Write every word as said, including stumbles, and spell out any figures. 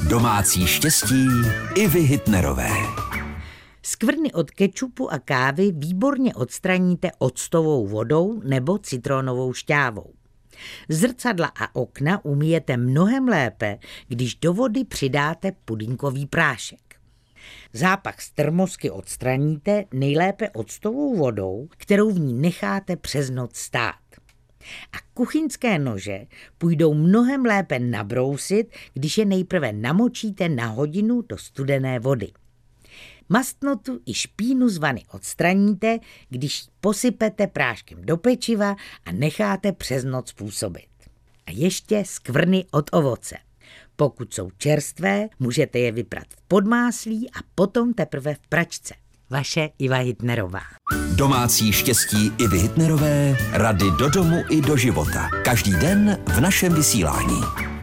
Domácí štěstí Ivy Hitnerové. Skvrny od kečupu a kávy výborně odstraníte octovou vodou nebo citronovou šťávou. Zrcadla a okna umyjete mnohem lépe, když do vody přidáte pudinkový prášek. Zápach z termosky odstraníte nejlépe octovou vodou, kterou v ní necháte přes noc stát. A kuchyňské nože půjdou mnohem lépe nabrousit, když je nejprve namočíte na hodinu do studené vody. Mastnotu i špínu z vany odstraníte, když ji posypete práškem do pečiva a necháte přes noc působit. A ještě skvrny od ovoce. Pokud jsou čerstvé, můžete je vyprat v podmáslí a potom teprve v pračce. Vaše Iva Hitnerová. Domácí štěstí Ivy Hitnerové, rady do domu i do života. Každý den v našem vysílání.